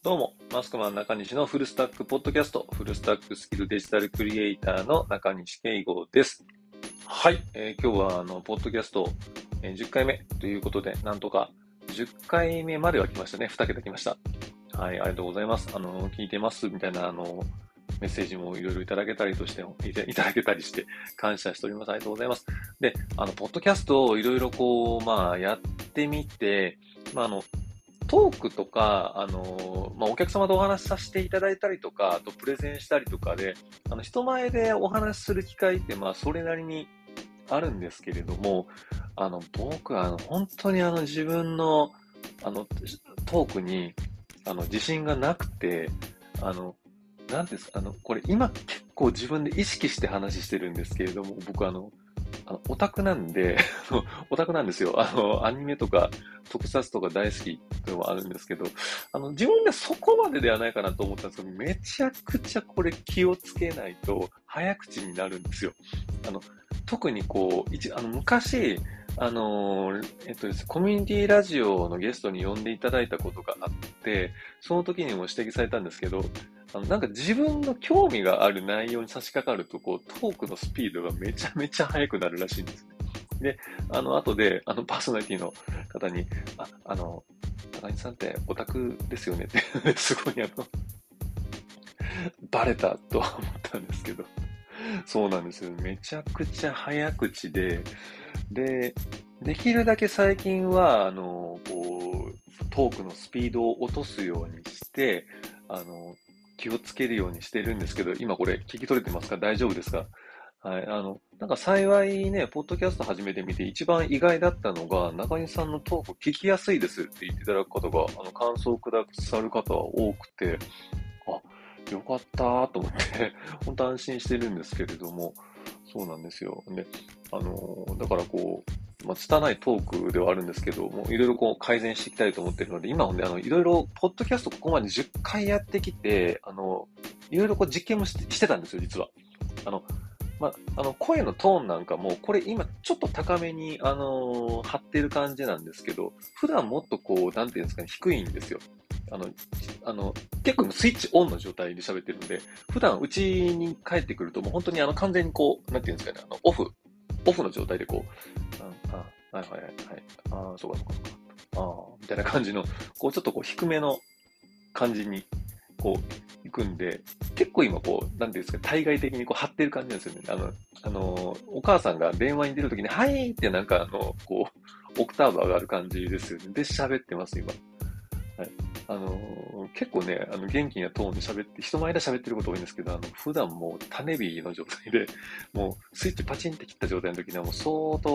どうも、マスクマン中西のフルスタックポッドキャスト、フルスタックスキルデジタルクリエイターの中西圭吾です。はい、今日はポッドキャスト、10回目ということで、なんとか10回目までは来ましたね。2桁来ました。はい、ありがとうございます。聞いてますみたいな、メッセージもいろいろいただけたりして感謝しております。ありがとうございます。で、ポッドキャストをいろいろやってみて、トークとか、お客様とお話しさせていただいたりとか、あとプレゼンしたりとかで、人前でお話しする機会って、それなりにあるんですけれども、僕は、本当に自分の、トークに、自信がなくて、なんですか、これ今結構自分で意識して話してるんですけれども、僕オタクなんでオタクなんですよ。アニメとか特撮とか大好きっていうのもあるんですけど、自分でそこまでではないかなと思ったんですけど、めちゃくちゃこれ気をつけないと早口になるんですよ。あの、特に昔、ですね、コミュニティラジオのゲストに呼んでいただいたことがあって、その時にも指摘されたんですけど、なんか自分の興味がある内容に差し掛かると、トークのスピードがめちゃめちゃ速くなるらしいんですね。で、後で、パーソナリティの方に、高木さんってオタクですよねってすごいバレたとは思ったんですけど、そうなんですよ。めちゃくちゃ早口で、できるだけ最近は、トークのスピードを落とすようにして、あの、気をつけるようにしてるんですけど、今これ聞き取れてますか？大丈夫ですか？はい。なんか幸いね、ポッドキャスト始めてみて一番意外だったのが、中西さんのトーク聞きやすいですって言っていただく方が、感想をくださる方は多くて、あ、よかったーと思って本当安心してるんですけれども、そうなんですよ。で、だから拙いトークではあるんですけど、もういろいろ改善していきたいと思ってるので、今もね、いろいろ、ポッドキャストここまで10回やってきて、いろいろ実験もしてたんですよ、実は。あの、声のトーンなんかも、これ今ちょっと高めに、張ってる感じなんですけど、普段もっとなんていうんですかね、低いんですよ。あの、結構スイッチオンの状態で喋ってるんで、普段うちに帰ってくるともう本当に完全になんていうんですかね、オフの状態ではいはいはい、そうかそうかそうか、みたいな感じの、ちょっと低めの感じに、行くんで、結構今なんていうんですか、対外的に張ってる感じなんですよね。お母さんが電話に出るときに、はいってなんかオクターブ上がる感じですよね。で、喋ってます、今。はい。結構ね、元気なトーンで喋って、人前で喋ってること多いんですけど、普段もう種火の状態で、もうスイッチパチンって切った状態の時にはもう相当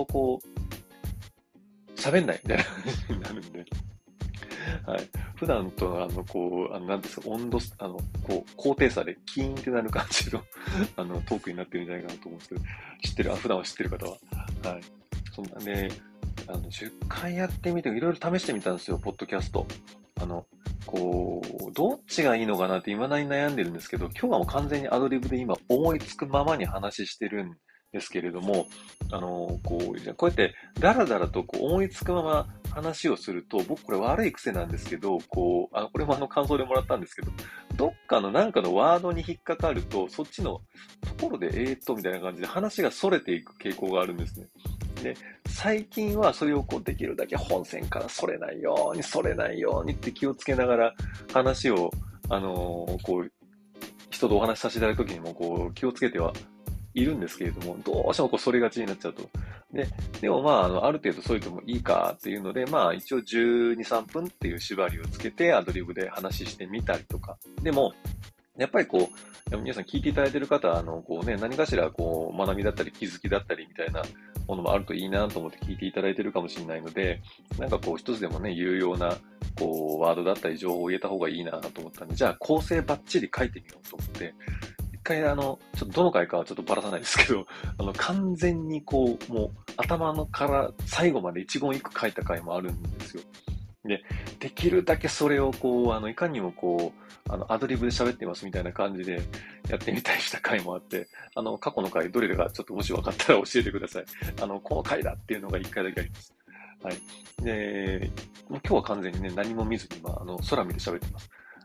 喋んないみたいな感じになるんで、はい。普段となんですか、温度、高低差でキーンってなる感じのトークになってるんじゃないかなと思うんですけど、普段は知ってる方は。はい。そんなね、10回やってみて、いろいろ試してみたんですよ、ポッドキャスト。あの、どっちがいいのかなって未だに悩んでるんですけど、今日はもう完全にアドリブで今思いつくままに話してるんですけれども、じゃあこうやってダラダラと思いつくまま話をすると、僕これ悪い癖なんですけど、これも感想でもらったんですけど、どっかのなんかのワードに引っかかると、そっちのところでみたいな感じで話が逸れていく傾向があるんですね。で、最近はそれをできるだけ本線からそれないようにって気をつけながら話を、人とお話しさせていただくときにも気をつけてはいるんですけれども、どうしてもそれがちになっちゃうと。でもある程度そういうのもいいかっていうので、一応12、3分っていう縛りをつけてアドリブで話してみたりとか。でも、やっぱり皆さん聞いていただいている方は、何かしら、学びだったり気づきだったりみたいなものもあるといいなと思って聞いていただいているかもしれないので、なんか一つでもね、有用な、ワードだったり情報を入れた方がいいなと思ったんで、じゃあ構成バッチリ書いてみようと思って、一回ちょっとどの回かはちょっとばらさないですけど、完全にもう頭のから最後まで一言一句書いた回もあるんですよ。で、できるだけそれをいかにもアドリブで喋ってますみたいな感じでやってみたりした回もあって、過去の回どれかちょっともし分かったら教えてください。この回だっていうのが一回だけあります。はい。で、もう今日は完全にね、何も見ずに、空見て喋ってます。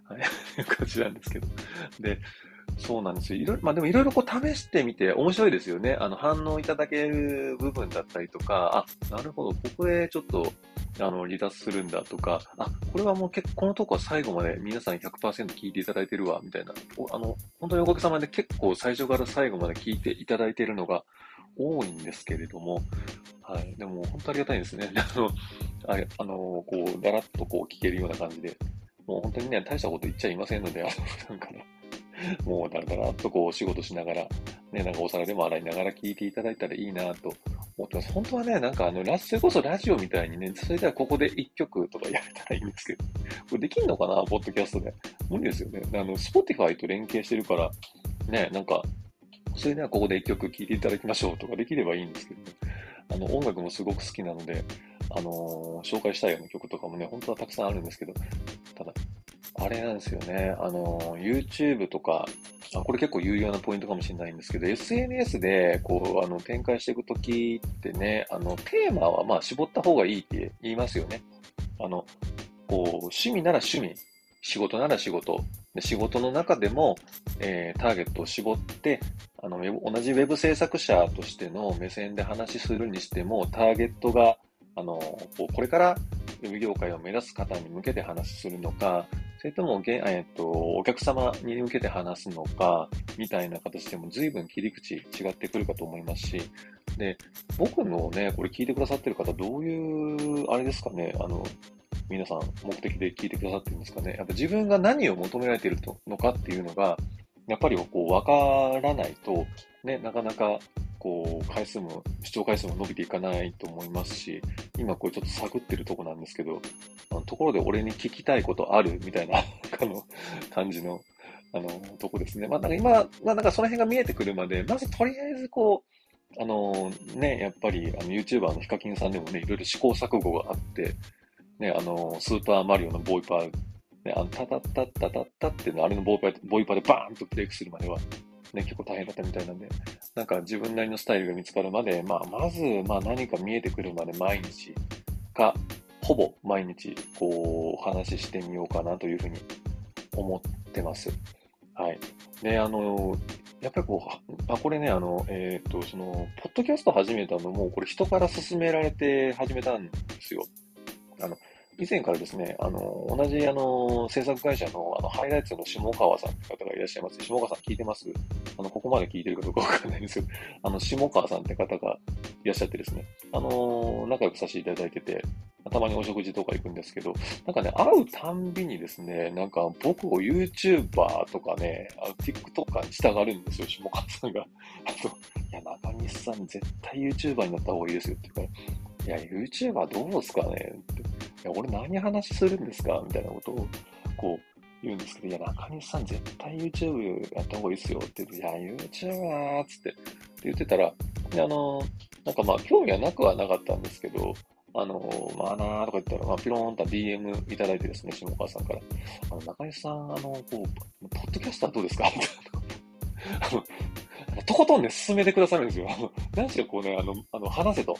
はい、いう感じなんですけど。で、そうなんですよ。まあでもいろいろこう試してみて面白いですよね。反応いただける部分だったりとか、あ、なるほど、ここでちょっと、離脱するんだとか、これはもう結構、このとこは最後まで皆さん100%聞いていただいてるわ、みたいな。本当におかげさまで結構最初から最後まで聞いていただいているのが多いんですけれども、はい。でも本当ありがたいですね。こう、だらっとこう聞けるような感じで、もう本当にね、大したこと言っちゃいませんので、普段から。もうだらだらっとこうお仕事しながら、ね、なんかお皿でも洗いながら聞いていただいたらいいなと思ってます。本当はね、なんかそれこそラジオみたいにね、それではここで一曲とかやれたらいいんですけど、これできんのかな、ポッドキャストで。無理ですよね。Spotify と連携してるから、ね、なんか、それではここで一曲聴いていただきましょうとかできればいいんですけどね。音楽もすごく好きなので、紹介したいような曲とかもね、本当はたくさんあるんですけど、ただ、あれなんですよね。YouTube とか、これ結構有用なポイントかもしれないんですけど、SNS で、こう、展開していくときってね、テーマはまあ絞った方がいいって言いますよね。あの、こう、趣味なら趣味、仕事なら仕事、で仕事の中でも、ターゲットを絞って、同じウェブ制作者としての目線で話しするにしても、ターゲットが、これからウェブ業界を目指す方に向けて話するのか、それとも、お客様に向けて話すのか、みたいな形でも随分切り口違ってくるかと思いますし、で、僕のね、これ聞いてくださってる方、どういう、あれですかね、皆さん目的で聞いてくださってるんですかね。やっぱ自分が何を求められているのかっていうのが、やっぱりこう、わからないと、ね、なかなか、こう、視聴回数も伸びていかないと思いますし、今これちょっと探ってるとこなんですけど、ところで俺に聞きたいことあるみたいな、感じの、とこですね。まあ、なんか今、まあ、なんかその辺が見えてくるまで、まずとりあえずこう、やっぱり、YouTuber のヒカキンさんでもね、いろいろ試行錯誤があって、ね、スーパーマリオのボイパー、ね、タタッタッタタッタっていうの、あれのボイパーでバーンとブレイクするまでは、ね、結構大変だったみたいなんで、なんか自分なりのスタイルが見つかるまで、まあ、まず、まあ何か見えてくるまで毎日か、ほぼ毎日、こう、話してみようかなというふうに思ってます。はい。で、やっぱりこう、これね、ポッドキャスト始めたのも、これ人から勧められて始めたんですよ。あの、以前からですね、同じ制作会社のハイライツの下川さんって方がいらっしゃいます。下川さん聞いてます？ここまで聞いてるかどうかわかんないんですけど、下川さんって方がいらっしゃってですね、仲良くさせていただいてて、たまにお食事とか行くんですけど、なんかね、会うたんびにですね、なんか僕を YouTuber とかね、TikToker に従うんですよ、下川さんが。いや、中西さん絶対 YouTuber になった方がいいですよって言うから、いや、YouTuber どうですかねって。いや、俺何話するんですかみたいなことを、こう、言うんですけど、いや、中西さん絶対 YouTube やった方がいいですよって言って、いや、YouTuber っつって言ってたら、で、なんかまあ、興味はなくはなかったんですけど、まあなーとか言ったら、まあ、ピローンと DM いただいてですね、下川さんから、中西さん、こう、ポッドキャスターどうですかみたいな。とことんね、進めてくださるんですよ。何しろこうね、話せと。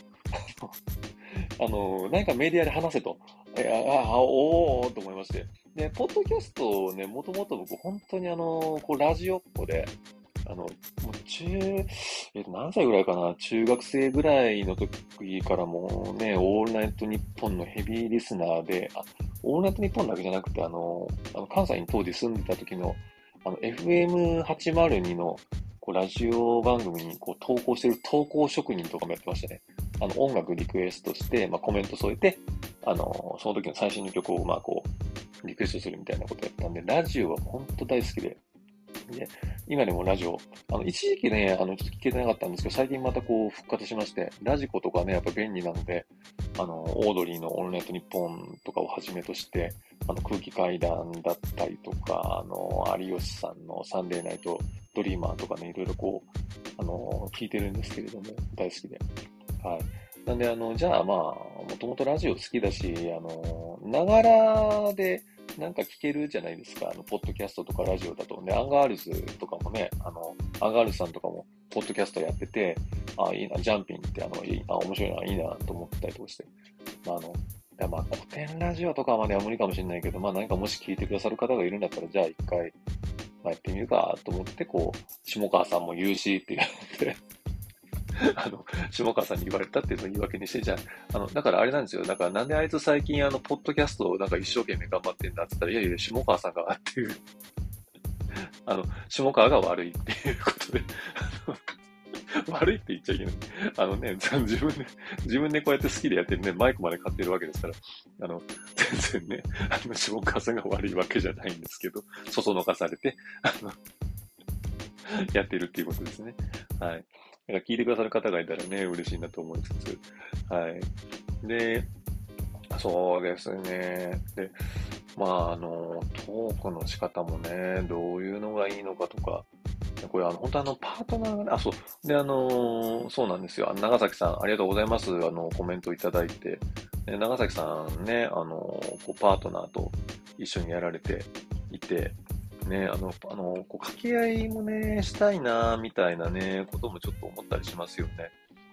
何かメディアで話せと。おーと思いまして。で、ポッドキャストをね、もともと僕、本当にこう、ラジオっ子で、もう何歳ぐらいかな、中学生ぐらいの時からもうね、オールナイトニッポンのヘビーリスナーで、オールナイトニッポンだけじゃなくて、関西に当時住んでた時の、FM802 のこうラジオ番組にこう投稿してる投稿職人とかもやってましたね。音楽リクエストして、まあ、コメント添えて、その時の最新の曲を、まあ、こう、リクエストするみたいなことやったんで、ラジオは本当大好きで、で、今でもラジオ、一時期ね、ちょっと聞けてなかったんですけど、最近またこう復活しまして、ラジコとかね、やっぱ便利なので、オードリーのオールナイトニッポンとかをはじめとして、空気階段だったりとか、有吉さんのサンデーナイトドリーマーとかね、いろいろこう、聞いてるんですけれども、大好きで。はい。なんで、じゃあまあ、もともとラジオ好きだし、ながらで、なんか聞けるじゃないですか。ポッドキャストとかラジオだと。ね、アンガールズとかもね、アンガールズさんとかも、ポッドキャストやってて、いいな、ジャンピンって、面白いな、いいな、と思ったりとかして。まあ、 や、まあ、古典ラジオとかまでは無理かもしれないけど、まあ、何かもし聞いてくださる方がいるんだったら、じゃあ一回、まあ、やってみるかと思って、こう、下川さんも言うしって言って下川さんに言われたっていうのを言い訳にして、じゃあ、だからあれなんですよ。だからなんであいつ最近ポッドキャストをなんか一生懸命頑張ってんだって言ったら、いやいや、下川さんがっていう、下川が悪いっていうことで、悪いって言っちゃいけない。自分でこうやって好きでやってるね、マイクまで買ってるわけですから、全然ね、下川さんが悪いわけじゃないんですけど、そそのかされて、やってるっていうことですね。はい。だから聞いてくださる方がいたらね、嬉しいなと思いつつ、はい。で、そうですね。で、まあ、トークの仕方もね、どういうのがいいのかとか、これ、本当パートナーがね、そう。で、そうなんですよ。長崎さん、ありがとうございます。コメントいただいて。で長崎さんね、パートナーと一緒にやられていて、ね、掛け合いもね、したいな、みたいなね、こともちょっと思ったりしますよね。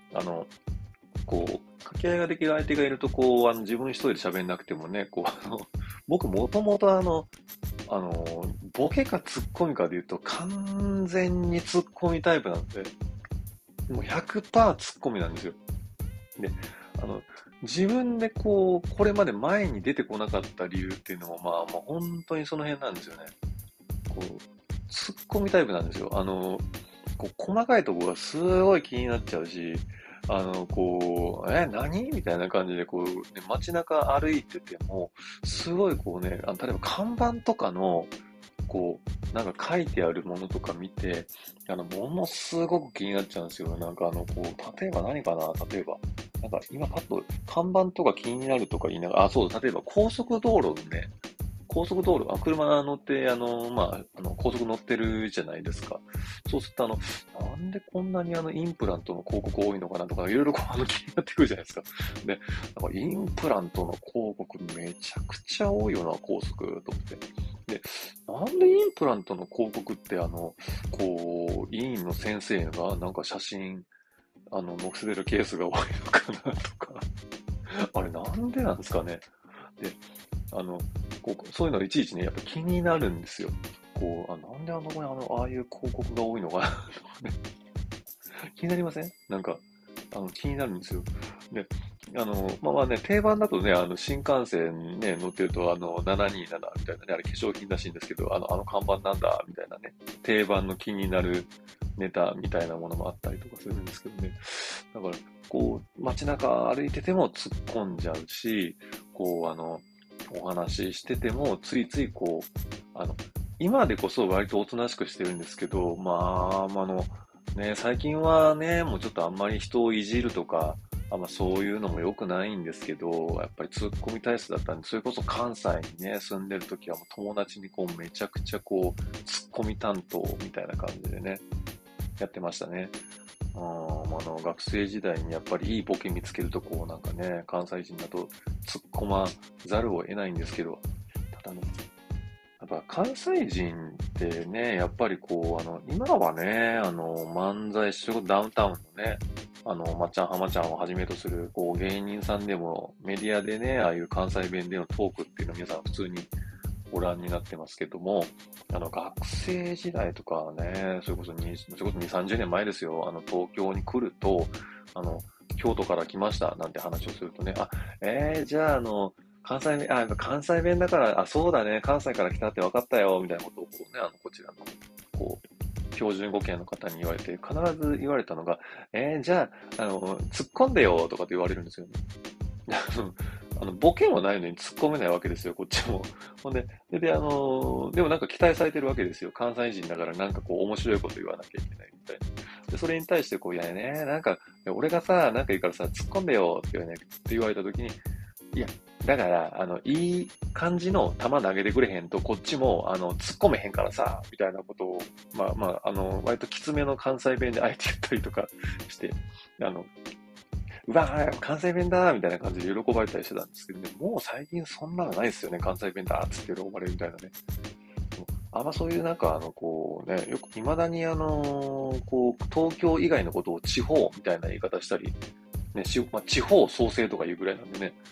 掛け合いができる相手がいると、自分一人で喋んなくてもね、僕もともとボケかツッコミかで言うと完全にツッコミタイプなんで、もう100%ツッコミなんですよ。で、自分でこれまで前に出てこなかった理由っていうのも、まあ本当にその辺なんですよね。ツッコミタイプなんですよ。細かいところがすごい気になっちゃうし、何みたいな感じで、街中歩いてても、すごい例えば看板とかの、なんか書いてあるものとか見て、ものすごく気になっちゃうんですよ。なんか例えば何かな例えば、なんか今パッと看板とか気になるとか言いながら、そうだ、例えば高速道路でね、高速道路、車乗って、高速乗ってるじゃないですか。そうすると、なんでこんなにインプラントの広告多いのかなとか、いろいろ気になってくるじゃないですか。で、なんかインプラントの広告めちゃくちゃ多いよな、高速と思って。で、なんでインプラントの広告って、委員の先生がなんか写真、載せてるケースが多いのかなとか、あれなんでなんですかね。で、あの、そういうのいちいちね、やっぱ気になるんですよ。なんであの子にああいう広告が多いのかなとかね。気になりませんなんか、気になるんですよ。で、まあね、定番だとね、新幹線ね、乗ってると、727みたいなね、あれ化粧品らしいんですけど、あの看板なんだ、みたいなね、定番の気になるネタみたいなものもあったりとかするんですけどね。だから、街中歩いてても突っ込んじゃうし、お話ししてても、ついつい今でこそ割とおとなしくしてるんですけど、ね、最近はね、もうちょっとあんまり人をいじるとか、そういうのも良くないんですけど、やっぱりツッコミ体質だったんで、それこそ関西にね、住んでる時はもう友達にめちゃくちゃツッコミ担当みたいな感じでね、やってましたね。学生時代にやっぱりいいボケ見つけるとなんかね、関西人だと突っ込まざるを得ないんですけど、ただね、やっぱ関西人ってね、やっぱり今はね、漫才師、ダウンタウンのね、まっちゃん、浜ちゃんをはじめとする、芸人さんでもメディアでね、ああいう関西弁でのトークっていうのを皆さん普通にご覧になってますけども、学生時代とかね、それこそ2、30年前ですよ、東京に来ると、京都から来ましたなんて話をするとね、じゃあ関西弁、関西弁だから、そうだね、関西から来たって分かったよ、みたいなことをこちらの、標準語圏の方に言われて、必ず言われたのが、じゃあ、突っ込んでよ、とかって言われるんですよね。ボケもないのに突っ込めないわけですよ、こっちも。ほんで、でもなんか期待されてるわけですよ。関西人だからなんか面白いこと言わなきゃいけないみたいな。で、それに対していやね、なんか、俺がさ、なんか言うからさ、突っ込んでよって言われた時に、いや、だから、いい感じの球投げてくれへんと、こっちも、突っ込めへんからさ、みたいなことを、割ときつめの関西弁であえて言ったりとかして、うわー、関西弁だーみたいな感じで喜ばれたりしてたんですけどね、もう最近そんなのないですよね、関西弁だーっつって喜ばれるみたいなね。そういうなんか、よく未だに東京以外のことを地方みたいな言い方したり、ね、地方創生とか言うぐらいなんでね、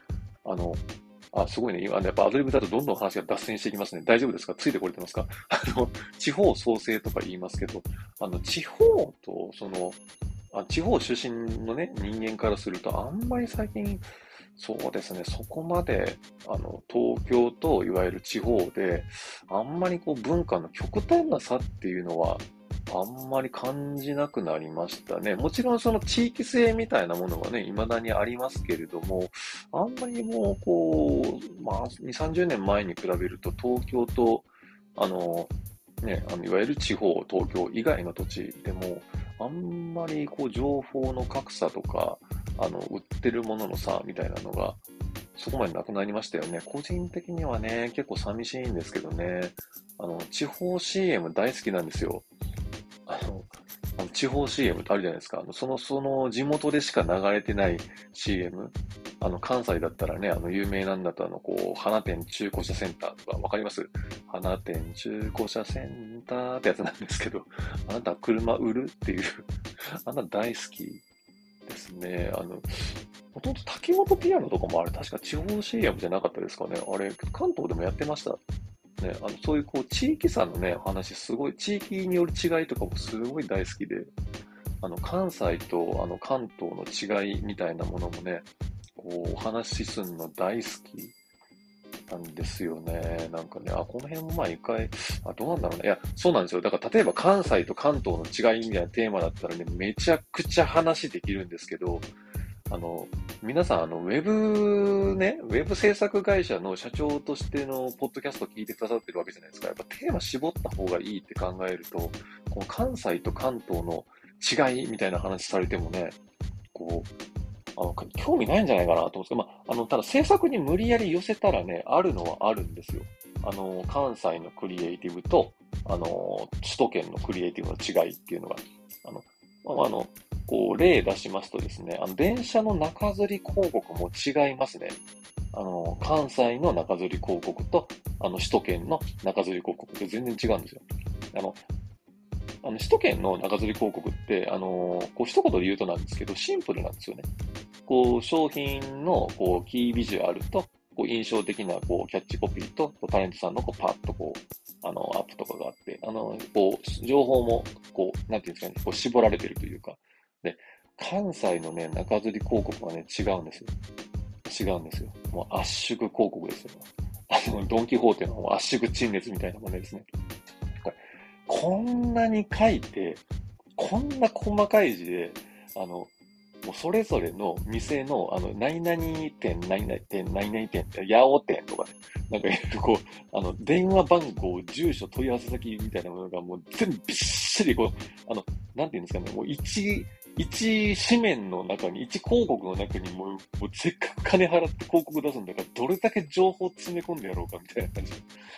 あの、すごいね。今、やっぱアドリブだとどんどん話が脱線していきますね。大丈夫ですか？ついてこれてますか？地方創生とか言いますけど、地方と、地方出身のね、人間からすると、あんまり最近、そうですね、そこまで、東京といわゆる地方で、あんまりこう文化の極端な差っていうのは、あんまり感じなくなりましたね。もちろんその地域性みたいなものはね、未だにありますけれども、あんまりもう、2、30年前に比べると、東京と、あの、いわゆる地方、東京以外の土地でも、あんまりこう情報の格差とか、売ってるものの差みたいなのが、そこまでなくなりましたよね。個人的にはね、結構寂しいんですけどね、地方 CM 大好きなんですよ。あの、地方 CM ってあるじゃないですか。その地元でしか流れてない CM。関西だったらね、有名なんだと、花店中古車センターとか、わかります？花店中古車センターってやつなんですけど、あなた車売るっていうあなた大好きですね。もともと滝本ピアノとかもあれ、確か地方 CM じゃなかったですかね。あれ、関東でもやってました。ね、そういう地域差のね、話、すごい、地域による違いとかもすごい大好きで、関西と関東の違いみたいなものもね、お話しするの大好きなんですよね。なんかね、この辺もまあ一回、どうなんだろうね。いや、そうなんですよ。だから例えば関西と関東の違いみたいなテーマだったらね、めちゃくちゃ話できるんですけど、皆さん、ウェブ制作会社の社長としてのポッドキャストを聞いてくださってるわけじゃないですか。やっぱテーマ絞った方がいいって考えると、この関西と関東の違いみたいな話されてもね、こ興味ないんじゃないかなと思うんですけど、ただ制作に無理やり寄せたらね、あるのはあるんですよ。関西のクリエイティブと、首都圏のクリエイティブの違いっていうのが、あの、例出しますとですね、電車の中吊り広告も違いますね。関西の中吊り広告と、首都圏の中吊り広告って全然違うんですよ。あの、首都圏の中吊り広告って、一言で言うとなんですけど、シンプルなんですよね。商品の、キービジュアルと、印象的な、キャッチコピーと、タレントさんの、パッと、アップとかがあって、情報も、なんていうんですかね、絞られてるというか。で、関西のね、中吊り広告はね、違うんですよ。違うんですよ。もう圧縮広告ですよ。ドンキホーテの圧縮陳列みたいなものですね。こんなに書いて、こんな細かい字で、もうそれぞれの店の、何々店、何々店、何々店、八百店とかね、なんかいろいろ電話番号、住所、問い合わせ先みたいなものがもう全部びっしりなんていうんですかね、もう一紙面の中に、一広告の中にもうせっかく金払って広告出すんだから、どれだけ情報詰め込んでやろうかみたいな感じ。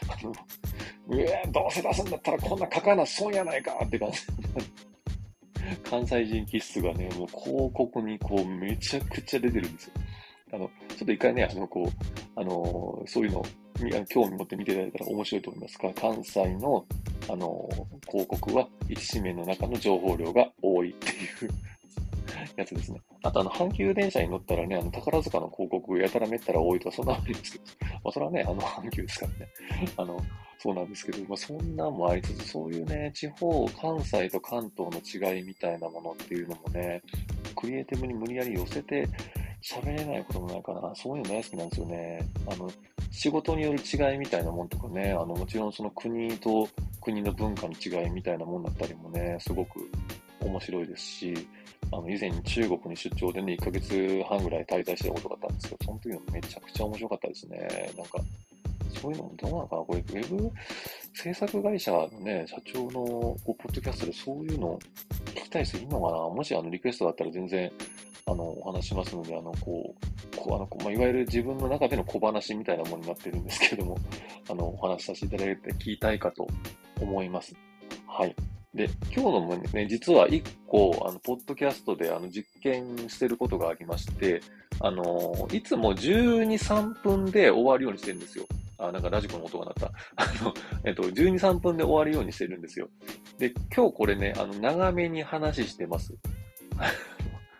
どうせ出すんだったらこんな書かな損やないかって感じ。関西人気質がね、もう広告にめちゃくちゃ出てるんですよ。ちょっと一回ね、そういうの興味持って見ていただいたら面白いと思いますが、関西の、広告は一紙面の中の情報量が多いっていうやつですね。あと、阪急電車に乗ったらね、宝塚の広告やたらめったら多いとか、そんなのありますけど、それはね、阪急ですからね。そうなんですけど、そんなんもありつつ、そういうね、関西と関東の違いみたいなものっていうのもね、クリエイティブに無理やり寄せて喋れないこともないかな。そういうの大好きなんですよね。仕事による違いみたいなもんとかね、もちろんその国と国の文化の違いみたいなもんだったりもね、すごく面白いですし、以前に中国に出張でね、1ヶ月半ぐらい滞在してたことがあったんですけど、その時もめちゃくちゃ面白かったですね。なんか、そういうのもどうなのかなこれ、ウェブ制作会社のね、社長のポッドキャストでそういうの聞きたい人いるのかなもしリクエストだったら全然、お話しますので、いわゆる自分の中での小話みたいなものになってるんですけれども、お話しさせていただいて聞きたいかと思います。はい。で、今日のもね、実は一個、ポッドキャストで実験してることがありまして、いつも12、3分で終わるようにしてるんですよ。なんかラジコの音が鳴った。12、3分で終わるようにしてるんですよ。で、今日これね、長めに話してます。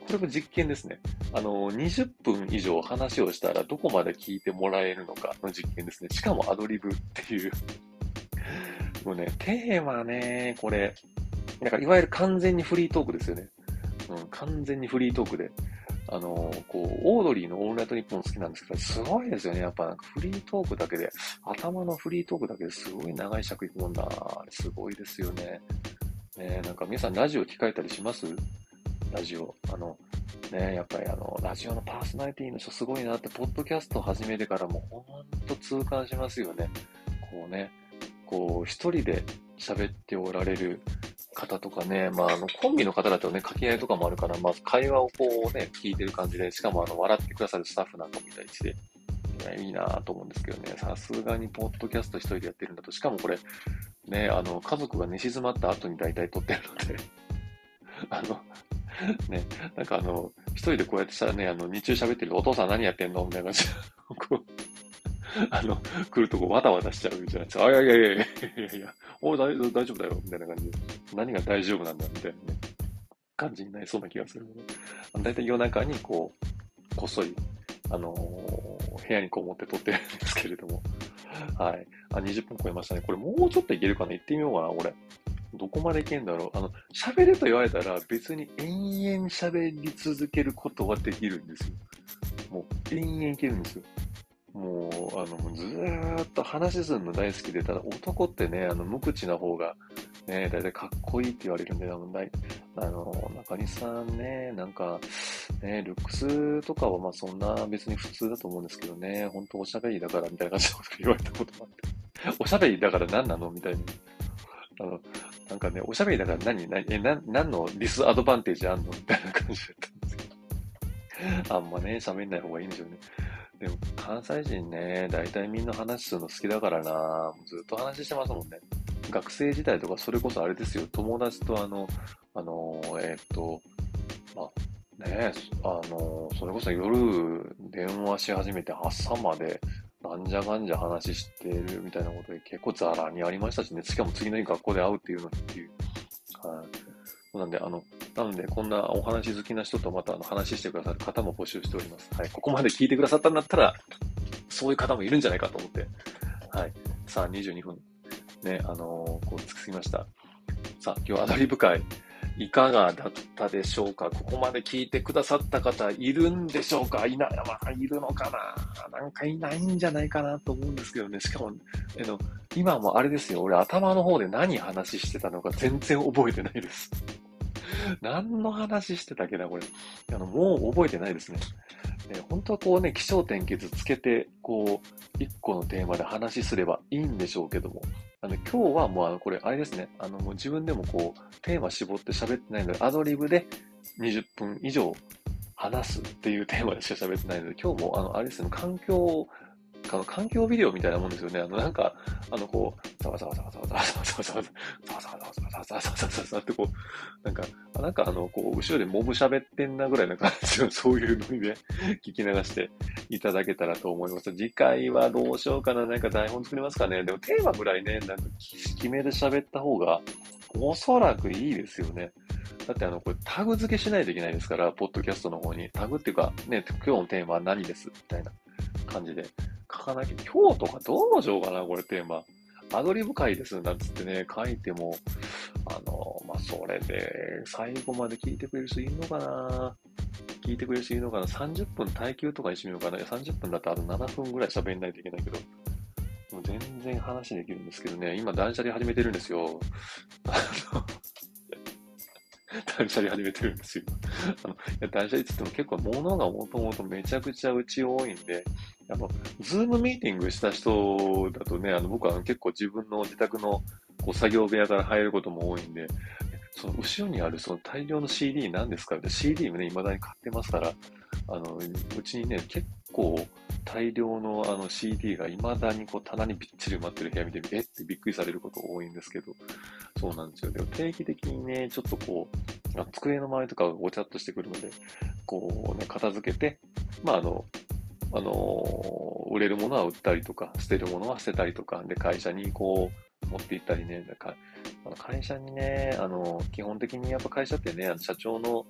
これも実験ですね。20分以上話をしたらどこまで聞いてもらえるのかの実験ですね。しかもアドリブっていう。もうね、テーマね、これ、なんかいわゆる完全にフリートークですよね。完全にフリートークで。オードリーのオールナイトニッポン好きなんですけど、すごいですよね。やっぱなんかフリートークだけで、頭のフリートークだけですごい長い尺いくもんだ。すごいですよね。なんか皆さんラジオ聞かれたりしますラジオ。やっぱりラジオのパーソナリティの人すごいなって、ポッドキャストを始めてからもほんと痛感しますよね。こうね、一人で喋っておられる方とかね、コンビの方だとね、掛け合いとかもあるから、会話を聞いてる感じで、しかも笑ってくださるスタッフなんかもいたりして、いいなぁと思うんですけどね、さすがにポッドキャスト一人でやってるんだと、しかもこれ、ね、家族が寝静まった後に大体撮ってるので、あの、ね、なんか一人でこうやってしたらね、日中喋ってると、お父さん何やってんのみたいな感じで、こう、来るとこわたわたしちゃうじゃないですか。いやいやいやいやいやいや、大丈夫だよ、みたいな感じで。何が大丈夫なんだ、みたいなね、感じになりそうな気がするので。だいたい夜中にこっそり、部屋にこもって撮ってるんですけれども。はい。20分超えましたね。これもうちょっといけるかな行ってみようかな、これ。どこまでいけんだろう。喋ると言われたら別に延々喋り続けることはできるんですよ。もう延々いけるんですよ。もう、もうずーっと話するの大好きで、ただ男ってね、無口な方が、ね、だいたいかっこいいって言われるんで、中西さんね、なんか、ね、ルックスとかはそんな別に普通だと思うんですけどね、本当おしゃべりだからみたいな感じのこと言われたこともあって、おしゃべりだから何なのみたいな。あの、なんかね、おしゃべりだから何のディスアドバンテージあんのみたいな感じだったんですけど、あんまね、喋んない方がいいんでしょうね。でも、関西人ね、大体みんな話するの好きだからな、ずっと話してますもんね。学生時代とか、それこそあれですよ、友達とあの、えーっと、まそれこそ夜電話し始めて朝まで、なんじゃかんじゃ話してるみたいなことで結構ザラにありましたしね、しかも次の日学校で会うっていうのにっていう。はい。なので、こんなお話好きな人とまた話してくださる方も募集しております。はい。ここまで聞いてくださったんだったら、そういう方もいるんじゃないかと思って。はい。さあ、22分。ね、過ぎました。さあ、今日アドリブ会、いかがだったでしょうか。ここまで聞いてくださった方、いるんでしょうか。いるのかな。なんかいないんじゃないかなと思うんですけどね。しかも、今もあれですよ。俺頭の方で何話してたのか全然覚えてないです。何の話してたっけな、これ。もう覚えてないですね。本当は起承転結つけて、一個のテーマで話すればいいんでしょうけども、今日はもうこれ、あれですね、もう自分でもテーマ絞って喋ってないので、アドリブで20分以上話すっていうテーマでしか喋ってないので、今日も、あれですね、環境ビデオみたいなもんですよね。なんか、ざわざわざわざわざわざわざわざわざわざわざわざわざわざわざわざわざわって後ろでモブ喋ってんなぐらいな感じの、そういうノリで聞き流していただけたらと思います。次回はどうしようかな。なんか台本作りますかね。でもテーマぐらいね、なんか決めで喋った方が、おそらくいいですよね。だってこれタグ付けしないといけないですから、ポッドキャストの方に。タグっていうか、ね、今日のテーマは何ですみたいな感じで書かなきゃ。今日とかどうしようかな、これテーマ。アドリブ会ですなんつってね、書いても、それで、最後まで聞いてくれる人いるのかな聞いてくれる人いるのかな ?30 分耐久とかにしてみようかな。30分だとあと7分ぐらい喋んないといけないけど、もう全然話できるんですけどね、今断捨離始めてるんですよ。断捨離始めてるんですよ。断捨離って言っても結構物がもともとめちゃくちゃうち多いんで、ズームミーティングした人だとね、僕は結構自分の自宅の作業部屋から入ることも多いんで、その後ろにあるその大量の CD 何ですかって CD もね、未だに買ってますから、うちにね、結構大量のCD が未だに棚にびっちり埋まってる部屋見て、ってびっくりされること多いんですけど、そうなんですよ。でも定期的にね、ちょっと机の周りとかがごちゃっとしてくるので、片付けて、売れるものは売ったりとか、捨てるものは捨てたりとか、で、会社に持って行ったりね、会社にね、基本的にやっぱ会社ってね、社長の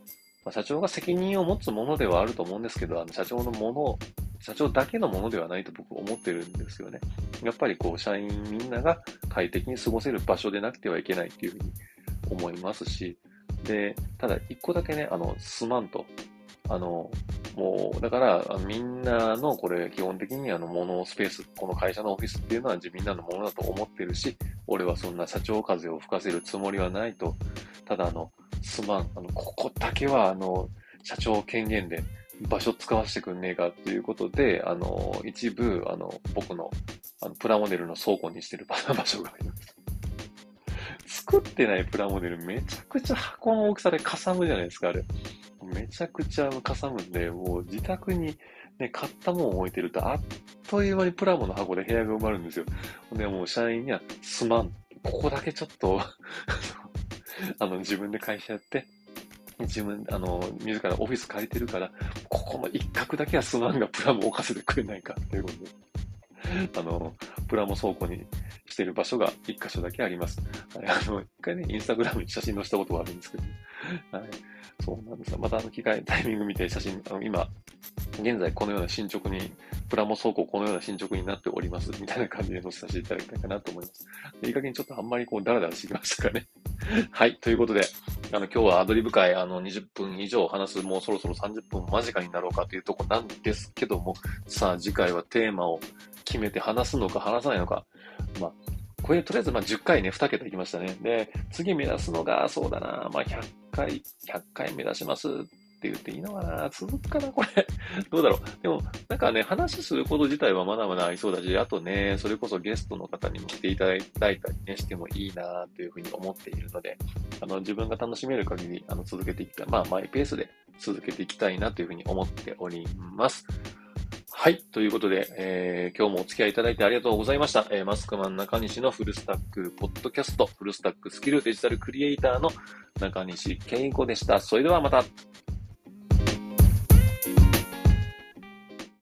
社長が責任を持つものではあると思うんですけど、社長だけのものではないと僕思ってるんですよね。やっぱり社員みんなが快適に過ごせる場所でなくてはいけないっていうふうに思いますし、で、ただ一個だけね、すまんと。もう、だから、みんなの、これ、基本的にスペース、この会社のオフィスっていうのはみんなのものだと思ってるし、俺はそんな社長風を吹かせるつもりはないと。ただ、すまん、ここだけは、社長権限で場所使わせてくんねえかっていうことで、一部、僕の、プラモデルの倉庫にしてる場所があります。作ってないプラモデルめちゃくちゃ箱の大きさでかさむじゃないですか、あれ。めちゃくちゃかさむんで、もう自宅にね、買ったもん置いてると、あっという間にプラモの箱で部屋が埋まるんですよ。で、もう社員にはすまん。ここだけちょっと自分で会社やって、自らオフィス借りてるから、ここの一角だけはすまんがプラモ置かせてくれないかっていうことで。プラモ倉庫にしてる場所が一箇所だけあります。はい、一回ね、インスタグラムに写真載せたことがあるんですけど、はい、そうなんですよ。またタイミング見て写真、今、現在このような進捗に、プラモ倉庫このような進捗になっております、みたいな感じで載せさせていただきたいかなと思います。いい加減ちょっとあんまりダラダラしてきましたかね。はい、ということで、今日はアドリブ会、20分以上話す、もうそろそろ30分間近になろうかというとこなんですけども、さあ次回はテーマを決めて話すのか話さないのか。これとりあえず10回ね、2桁いきましたね。で、次目指すのが、そうだな、100回目指しますって言っていいのかな、続くかな、これ。どうだろう。でも、なんかね、話すること自体はまだまだありそうだし、あとね、それこそゲストの方にも来ていただいたりね、してもいいなというふうに思っているので、自分が楽しめる限り、続けていきたい。マイペースで続けていきたいなというふうに思っております。はい。ということで、今日もお付き合いいただいてありがとうございました。マスクマン中西のフルスタックポッドキャスト、フルスタックスキルデジタルクリエイターの中西健吾でした。それではまた。